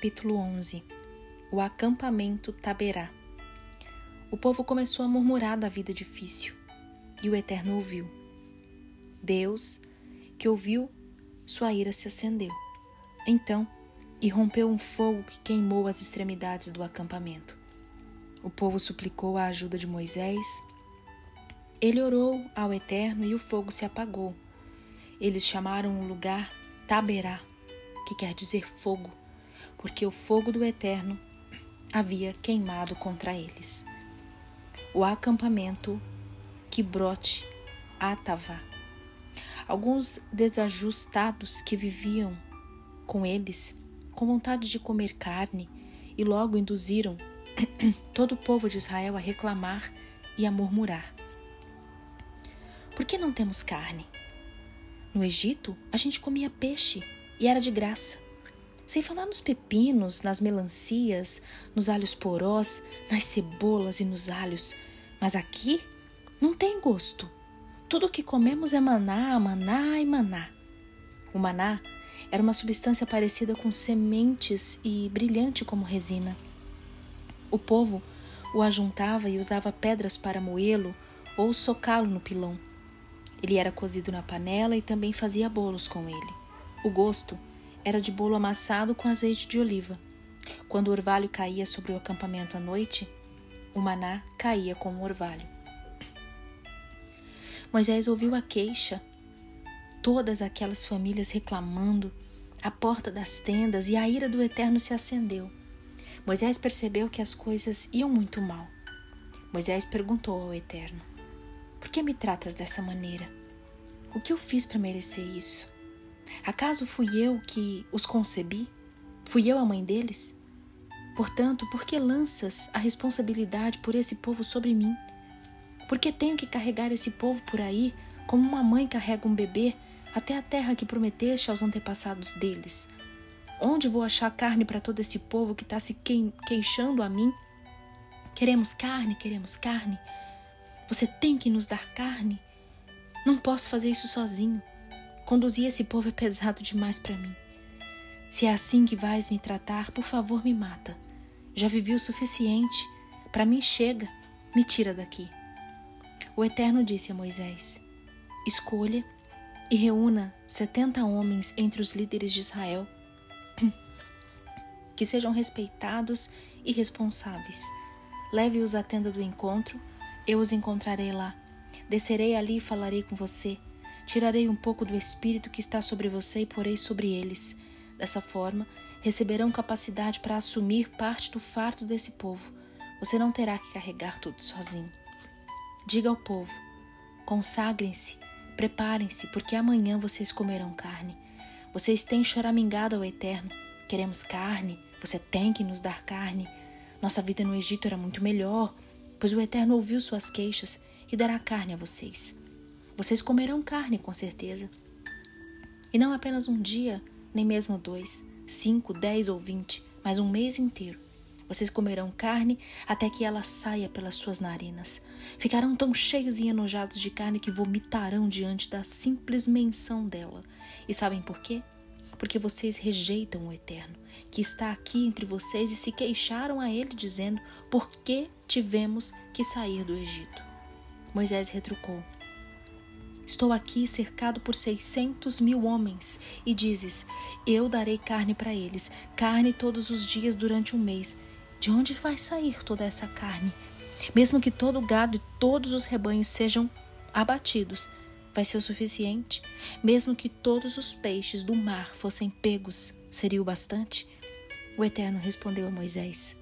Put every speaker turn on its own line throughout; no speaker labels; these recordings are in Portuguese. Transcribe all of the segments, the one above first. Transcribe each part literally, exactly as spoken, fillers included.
Capítulo onze. O acampamento Taberá. O povo começou a murmurar da vida difícil, e o Eterno ouviu. Deus, que ouviu, sua ira se acendeu. Então, irrompeu um fogo que queimou as extremidades do acampamento. O povo suplicou a ajuda de Moisés. Ele orou ao Eterno e o fogo se apagou. Eles chamaram o lugar Taberá, que quer dizer fogo, porque o fogo do Eterno havia queimado contra eles. O acampamento Quibrote Atavá. Alguns desajustados que viviam com eles, com vontade de comer carne, e logo induziram todo o povo de Israel a reclamar e a murmurar. Por que não temos carne? No Egito, a gente comia peixe e era de graça. Sem falar nos pepinos, nas melancias, nos alhos porós, nas cebolas e nos alhos. Mas aqui não tem gosto. Tudo o que comemos é maná, maná e maná. O maná era uma substância parecida com sementes e brilhante como resina. O povo o ajuntava e usava pedras para moê-lo ou socá-lo no pilão. Ele era cozido na panela e também fazia bolos com ele. O gosto era de bolo amassado com azeite de oliva. Quando o orvalho caía sobre o acampamento à noite, o maná caía com o orvalho. Moisés ouviu a queixa, todas aquelas famílias reclamando, à porta das tendas, e a ira do Eterno se acendeu. Moisés percebeu que as coisas iam muito mal. Moisés perguntou ao Eterno: por que me tratas dessa maneira? O que eu fiz para merecer isso? Acaso fui eu que os concebi? Fui eu a mãe deles? Portanto, por que lanças a responsabilidade por esse povo sobre mim? Por que tenho que carregar esse povo por aí, como uma mãe carrega um bebê, até a terra que prometeste aos antepassados deles? Onde vou achar carne para todo esse povo que está se queixando a mim? Queremos carne, queremos carne. Você tem que nos dar carne? Não posso fazer isso sozinho. Conduzir esse povo é pesado demais para mim. Se é assim que vais me tratar, por favor, me mata. Já vivi o suficiente. Para mim chega. Me tira daqui. O Eterno disse a Moisés: escolha e reúna setenta homens entre os líderes de Israel, que sejam respeitados e responsáveis. Leve-os à tenda do encontro. Eu os encontrarei lá. Descerei ali e falarei com você. Tirarei um pouco do espírito que está sobre você e porei sobre eles. Dessa forma, receberão capacidade para assumir parte do fardo desse povo. Você não terá que carregar tudo sozinho. Diga ao povo: consagrem-se, preparem-se, porque amanhã vocês comerão carne. Vocês têm choramingado ao Eterno. Queremos carne, você tem que nos dar carne. Nossa vida no Egito era muito melhor, pois o Eterno ouviu suas queixas e dará carne a vocês. Vocês comerão carne, com certeza. E não apenas um dia, nem mesmo dois, cinco, dez ou vinte, mas um mês inteiro. Vocês comerão carne até que ela saia pelas suas narinas. Ficarão tão cheios e enojados de carne que vomitarão diante da simples menção dela. E sabem por quê? Porque vocês rejeitam o Eterno, que está aqui entre vocês, e se queixaram a ele, dizendo: por que tivemos que sair do Egito? Moisés retrucou: estou aqui cercado por seiscentos mil homens, e dizes: eu darei carne para eles, carne todos os dias durante um mês. De onde vai sair toda essa carne? Mesmo que todo o gado e todos os rebanhos sejam abatidos, vai ser o suficiente? Mesmo que todos os peixes do mar fossem pegos, seria o bastante? O Eterno respondeu a Moisés: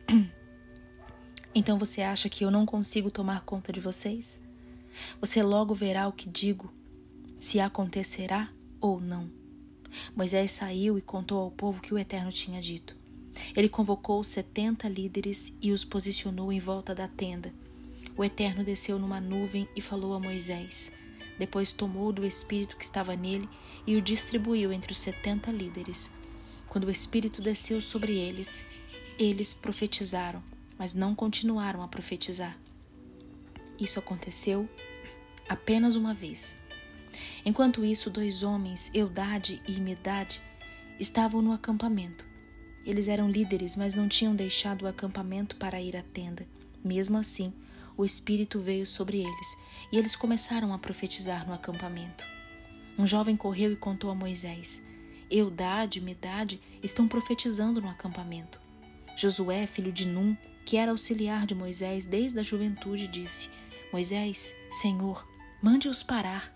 então você acha que eu não consigo tomar conta de vocês? Você logo verá o que digo, se acontecerá ou não. Moisés saiu e contou ao povo o que o Eterno tinha dito. Ele convocou setenta líderes e os posicionou em volta da tenda. O Eterno desceu numa nuvem e falou a Moisés. Depois tomou do espírito que estava nele e o distribuiu entre os setenta líderes. Quando o espírito desceu sobre eles, eles profetizaram, mas não continuaram a profetizar. Isso aconteceu apenas uma vez. Enquanto isso, dois homens, Eldade e Medade, estavam no acampamento. Eles eram líderes, mas não tinham deixado o acampamento para ir à tenda. Mesmo assim, o Espírito veio sobre eles, e eles começaram a profetizar no acampamento. Um jovem correu e contou a Moisés: Eldade e Medade estão profetizando no acampamento. Josué, filho de Num, que era auxiliar de Moisés desde a juventude, disse: Moisés, Senhor, mande-os parar.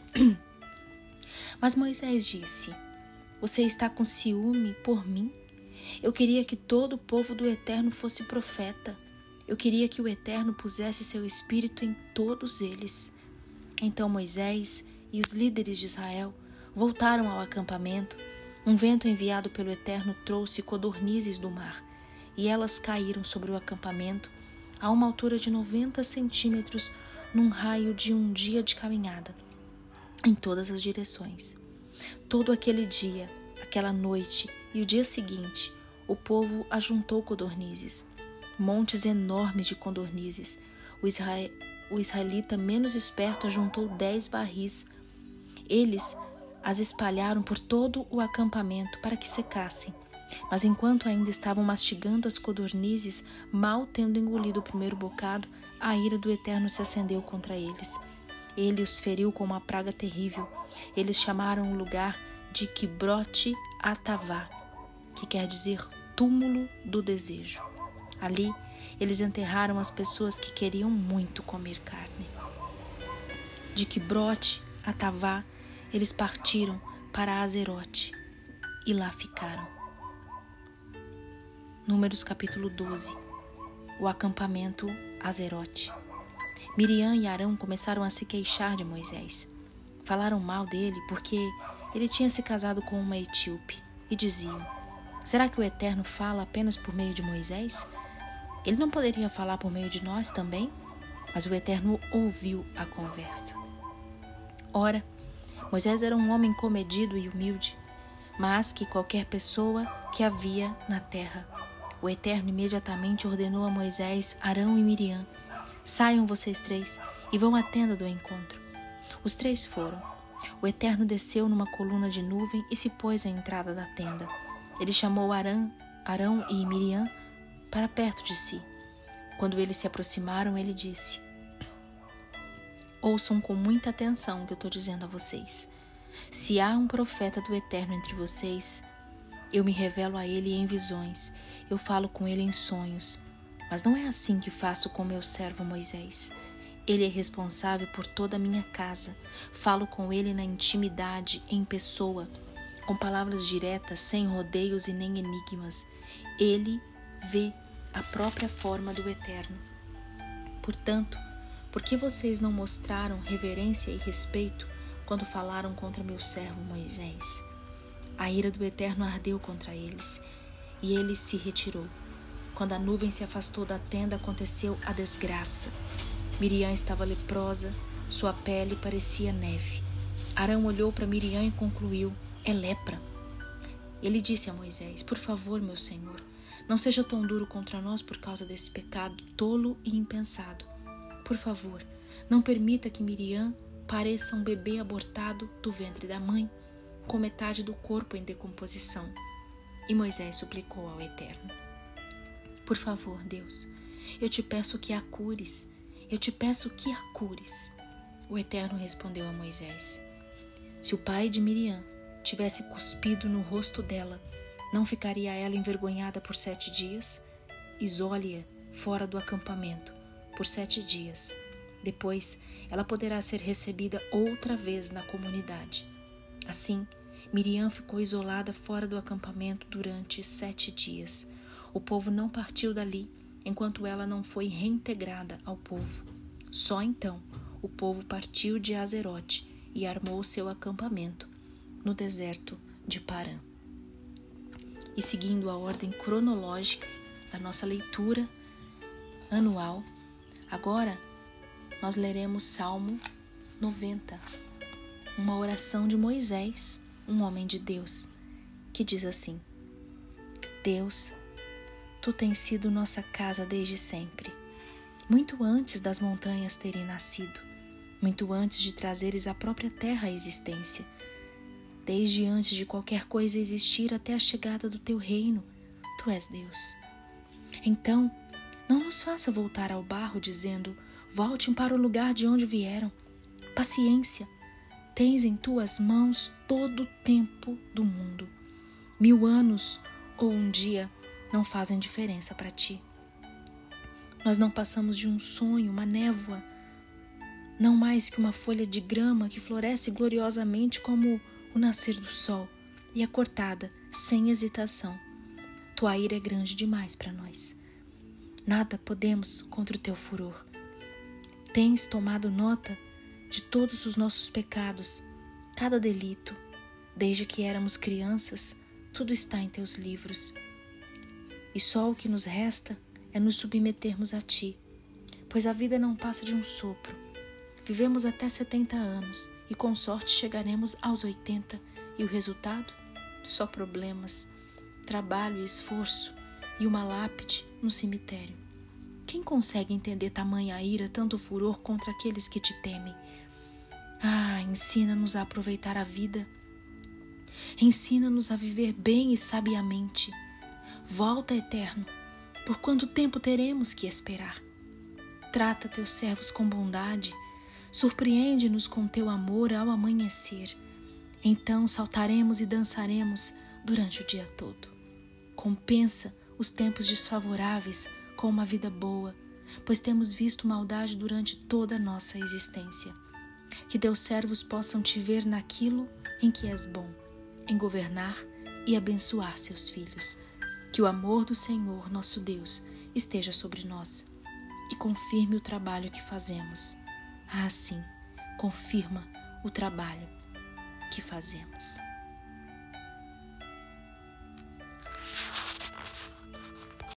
Mas Moisés disse: Você está com ciúme por mim? Eu queria que todo o povo do Eterno fosse profeta. Eu queria que o Eterno pusesse seu espírito em todos eles. Então Moisés e os líderes de Israel voltaram ao acampamento. Um vento enviado pelo Eterno trouxe codornizes do mar, e elas caíram sobre o acampamento a uma altura de noventa centímetros, num raio de um dia de caminhada, em todas as direções. Todo aquele dia, aquela noite e o dia seguinte, o povo ajuntou codornizes, montes enormes de codornizes. O, israel, o israelita menos esperto ajuntou dez barris. Eles as espalharam por todo o acampamento para que secassem. Mas enquanto ainda estavam mastigando as codornizes, mal tendo engolido o primeiro bocado, a ira do Eterno se acendeu contra eles. Ele os feriu com uma praga terrível. Eles chamaram o lugar de Quibrote Atavá, que quer dizer túmulo do desejo. Ali, eles enterraram as pessoas que queriam muito comer carne. De Quibrote Atavá, eles partiram para Azerote e lá ficaram. Números capítulo doze. O acampamento Azerote. Miriam e Arão começaram a se queixar de Moisés. Falaram mal dele porque ele tinha se casado com uma etíope e diziam: será que o Eterno fala apenas por meio de Moisés? Ele não poderia falar por meio de nós também? Mas o Eterno ouviu a conversa. Ora, Moisés era um homem comedido e humilde, mas que qualquer pessoa que havia na terra. O Eterno imediatamente ordenou a Moisés, Arão e Miriam: saiam vocês três e vão à tenda do encontro. Os três foram. O Eterno desceu numa coluna de nuvem e se pôs à entrada da tenda. Ele chamou Arão, Arão e Miriam para perto de si. Quando eles se aproximaram, ele disse: ouçam com muita atenção o que eu estou dizendo a vocês. Se há um profeta do Eterno entre vocês, eu me revelo a ele em visões, eu falo com ele em sonhos. Mas não é assim que faço com meu servo Moisés. Ele é responsável por toda a minha casa. Falo com ele na intimidade, em pessoa, com palavras diretas, sem rodeios e nem enigmas. Ele vê a própria forma do Eterno. Portanto, por que vocês não mostraram reverência e respeito quando falaram contra meu servo Moisés? A ira do Eterno ardeu contra eles, e ele se retirou. Quando a nuvem se afastou da tenda, aconteceu a desgraça. Miriam estava leprosa, sua pele parecia neve. Arão olhou para Miriam e concluiu: é lepra. Ele disse a Moisés: por favor, meu senhor, não seja tão duro contra nós por causa desse pecado tolo e impensado. Por favor, não permita que Miriam pareça um bebê abortado do ventre da mãe, com metade do corpo em decomposição. E Moisés suplicou ao Eterno: por favor, Deus, eu te peço que a cures, eu te peço que a cures. O Eterno respondeu a Moisés: se o pai de Miriam tivesse cuspido no rosto dela, não ficaria ela envergonhada por sete dias? Isole-a fora do acampamento por sete dias. Depois, ela poderá ser recebida outra vez na comunidade. Assim, Miriam ficou isolada fora do acampamento durante sete dias. O povo não partiu dali enquanto ela não foi reintegrada ao povo. Só então o povo partiu de Azerote e armou seu acampamento no deserto de Parã. E seguindo a ordem cronológica da nossa leitura anual, agora nós leremos Salmo noventa, uma oração de Moisés, um homem de Deus, que diz assim: Deus, Tu tens sido nossa casa desde sempre, muito antes das montanhas terem nascido, muito antes de trazeres a própria terra à existência, desde antes de qualquer coisa existir até a chegada do Teu reino, Tu és Deus. Então, não nos faça voltar ao barro dizendo: voltem para o lugar de onde vieram. Paciência, tens em tuas mãos todo o tempo do mundo. Mil anos ou um dia não fazem diferença para ti. Nós não passamos de um sonho, uma névoa, não mais que uma folha de grama que floresce gloriosamente como o nascer do sol e é cortada sem hesitação. Tua ira é grande demais para nós. Nada podemos contra o teu furor. Tens tomado nota de todos os nossos pecados, cada delito. Desde que éramos crianças, tudo está em teus livros. E só o que nos resta é nos submetermos a ti, pois a vida não passa de um sopro. Vivemos até setenta anos e com sorte chegaremos aos oitenta, e o resultado? Só problemas, trabalho e esforço e uma lápide no cemitério. Quem consegue entender tamanha ira, tanto furor contra aqueles que te temem? Ah, ensina-nos a aproveitar a vida. Ensina-nos a viver bem e sabiamente. Volta, Eterno. Por quanto tempo teremos que esperar? Trata teus servos com bondade. Surpreende-nos com teu amor ao amanhecer. Então saltaremos e dançaremos durante o dia todo. Compensa os tempos desfavoráveis com uma vida boa, pois temos visto maldade durante toda a nossa existência. Que teus servos possam te ver naquilo em que és bom, em governar e abençoar seus filhos. Que o amor do Senhor, nosso Deus, esteja sobre nós e confirme o trabalho que fazemos. Ah, sim, confirma o trabalho que fazemos.